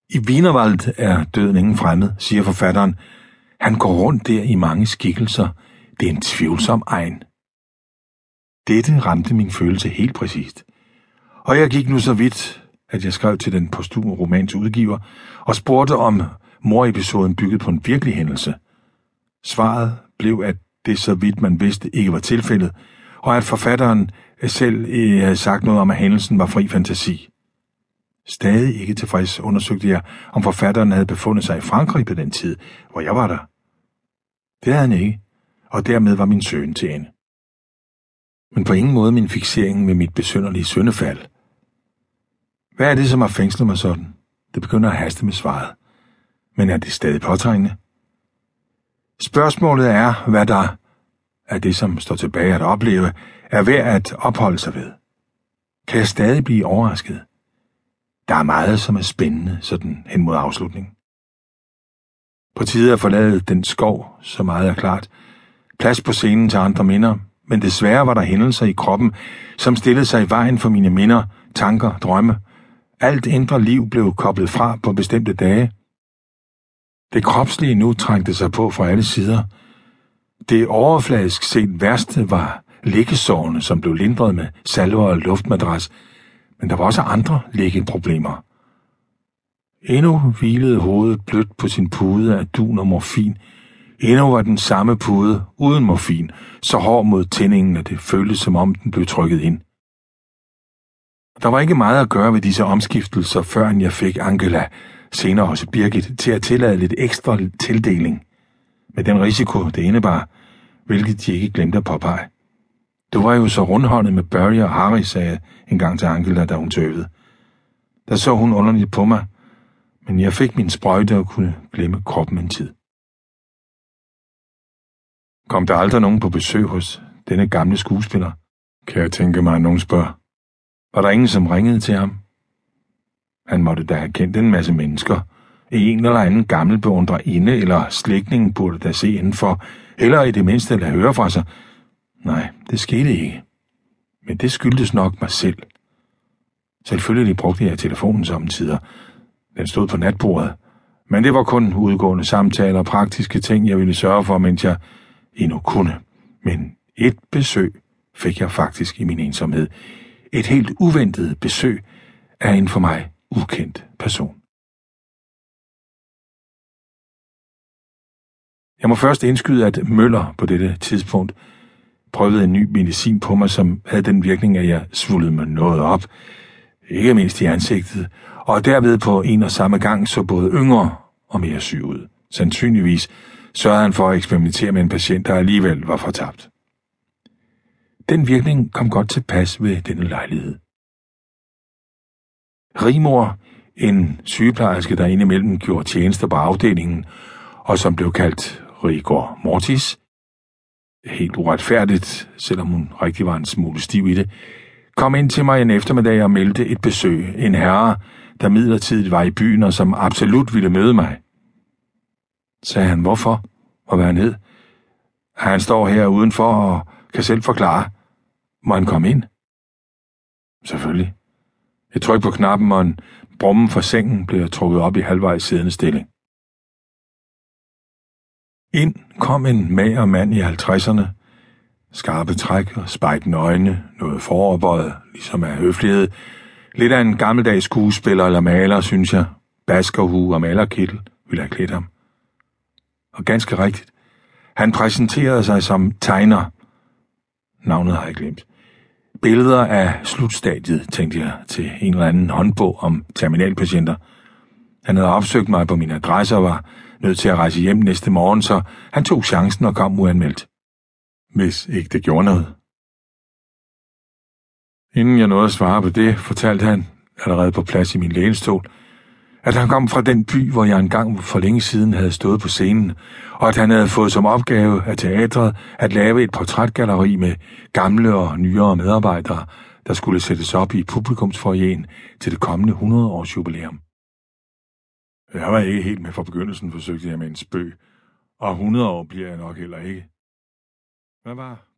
I Wienerwald er døden ingen fremmed, siger forfatteren. Han går rundt der i mange skikkelser. Det er en tvivlsom egen. Dette ramte min følelse helt præcist. Og jeg gik nu så vidt, at jeg skrev til den posthume romans udgiver og spurgte, om mordepisoden byggede på en virkelig hændelse. Svaret blev, at det så vidt man vidste ikke var tilfældet, og at forfatteren selv havde sagt noget om, at hændelsen var fri fantasi. Stadig ikke tilfreds undersøgte jeg, om forfatteren havde befundet sig i Frankrig på den tid, hvor jeg var der. Det havde han ikke, og dermed var min søgen til ende. Men på ingen måde min fiksering med mit besynderlige syndefald. Hvad er det, som har fængslet mig sådan? Det begynder at haste med svaret. Men er det stadig påtrængende? Spørgsmålet er, hvad der er det, som står tilbage at opleve, er værd at opholde sig ved. Kan jeg stadig blive overrasket? Der er meget, som er spændende, sådan hen mod afslutningen. På tide at forlade den skov, så meget er klart. Plads på scenen til andre minder, men desværre var der hændelser i kroppen, som stillede sig i vejen for mine minder, tanker, drømme. Alt indre liv blev koblet fra på bestemte dage. Det kropslige nu trængte sig på fra alle sider. Det overfladisk set værste var liggesårene, som blev lindret med salver og luftmadras, men der var også andre liggeproblemer. Endnu hvilede hovedet blødt på sin pude af dun og morfin. Endnu var den samme pude uden morfin, så hård mod tændingen, at det føltes som om den blev trykket ind. Der var ikke meget at gøre ved disse omskiftelser, før jeg fik Angela, senere også Birgit, til at tillade lidt ekstra tildeling. Med den risiko, det indebar, hvilket de ikke glemte at påpege. Du var jo så rundhåndet med Børge og Harry, sagde jeg engang til Angela, da hun tøvede. Der så hun underligt på mig, men jeg fik min sprøjte og kunne glemme kroppen en tid. Kom der aldrig nogen på besøg hos denne gamle skuespiller? Kan jeg tænke mig, at nogen spørger. Var der ingen, som ringede til ham? Han måtte da have kendt en masse mennesker. En eller anden gammel beundrerinde eller slægtning burde da se indenfor, eller i det mindste lade høre fra sig. Nej, det skete ikke. Men det skyldtes nok mig selv. Selvfølgelig brugte jeg telefonen sommetider. Den stod på natbordet. Men det var kun udgående samtaler og praktiske ting, jeg ville sørge for, mens jeg endnu kunne. Men et besøg fik jeg faktisk i min ensomhed. Et helt uventet besøg af en for mig ukendt person. Jeg må først indskyde, at Møller på dette tidspunkt prøvede en ny medicin på mig, som havde den virkning, at jeg svullede mig noget op, ikke mindst i ansigtet, og derved på en og samme gang så både yngre og mere syg ud. Sandsynligvis sørgede han for at eksperimentere med en patient, der alligevel var fortabt. Den virkning kom godt tilpas ved denne lejlighed. Rigmor, en sygeplejerske, der indimellem gjorde tjenester på afdelingen, og som blev kaldt Rigor Mortis, helt uretfærdigt, selvom hun rigtig var en smule stiv i det, kom ind til mig en eftermiddag og meldte et besøg. En herre, der midlertidigt var i byen og som absolut ville møde mig. Sagde han, hvorfor og hvad han hed. Han står her udenfor og kan selv forklare. Må han komme ind? Selvfølgelig. Et tryk på knappen og en brummen fra sengen blev trukket op i halvvejs siddende stilling. Ind kom en mager mand i 50'erne. Skarpe træk og spejtende øjne, noget foroverbøjet, ligesom af høflighed. Lidt af en gammeldags skuespiller eller maler, synes jeg. Baskerhue og malerkittel ville have klædt ham. Og ganske rigtigt. Han præsenterede sig som tegner. Navnet har jeg glemt. Billeder af slutstadiet, tænkte jeg, til en eller anden håndbog om terminalpatienter. Han havde opsøgt mig på min adresse og var nødt til at rejse hjem næste morgen, så han tog chancen og kom uanmeldt. Hvis ikke det gjorde noget. Inden jeg nåede at svare på det, fortalte han, allerede på plads i min lænestol, at han kom fra den by, hvor jeg engang for længe siden havde stået på scenen, og at han havde fået som opgave af teatret at lave et portrætgalleri med gamle og nyere medarbejdere, der skulle sættes op i publikumsfoyeren til det kommende 100-års jubilæum. Jeg var ikke helt med fra begyndelsen, forsøgte jeg med en spøg, og 100 år bliver jeg nok heller ikke. Hvad var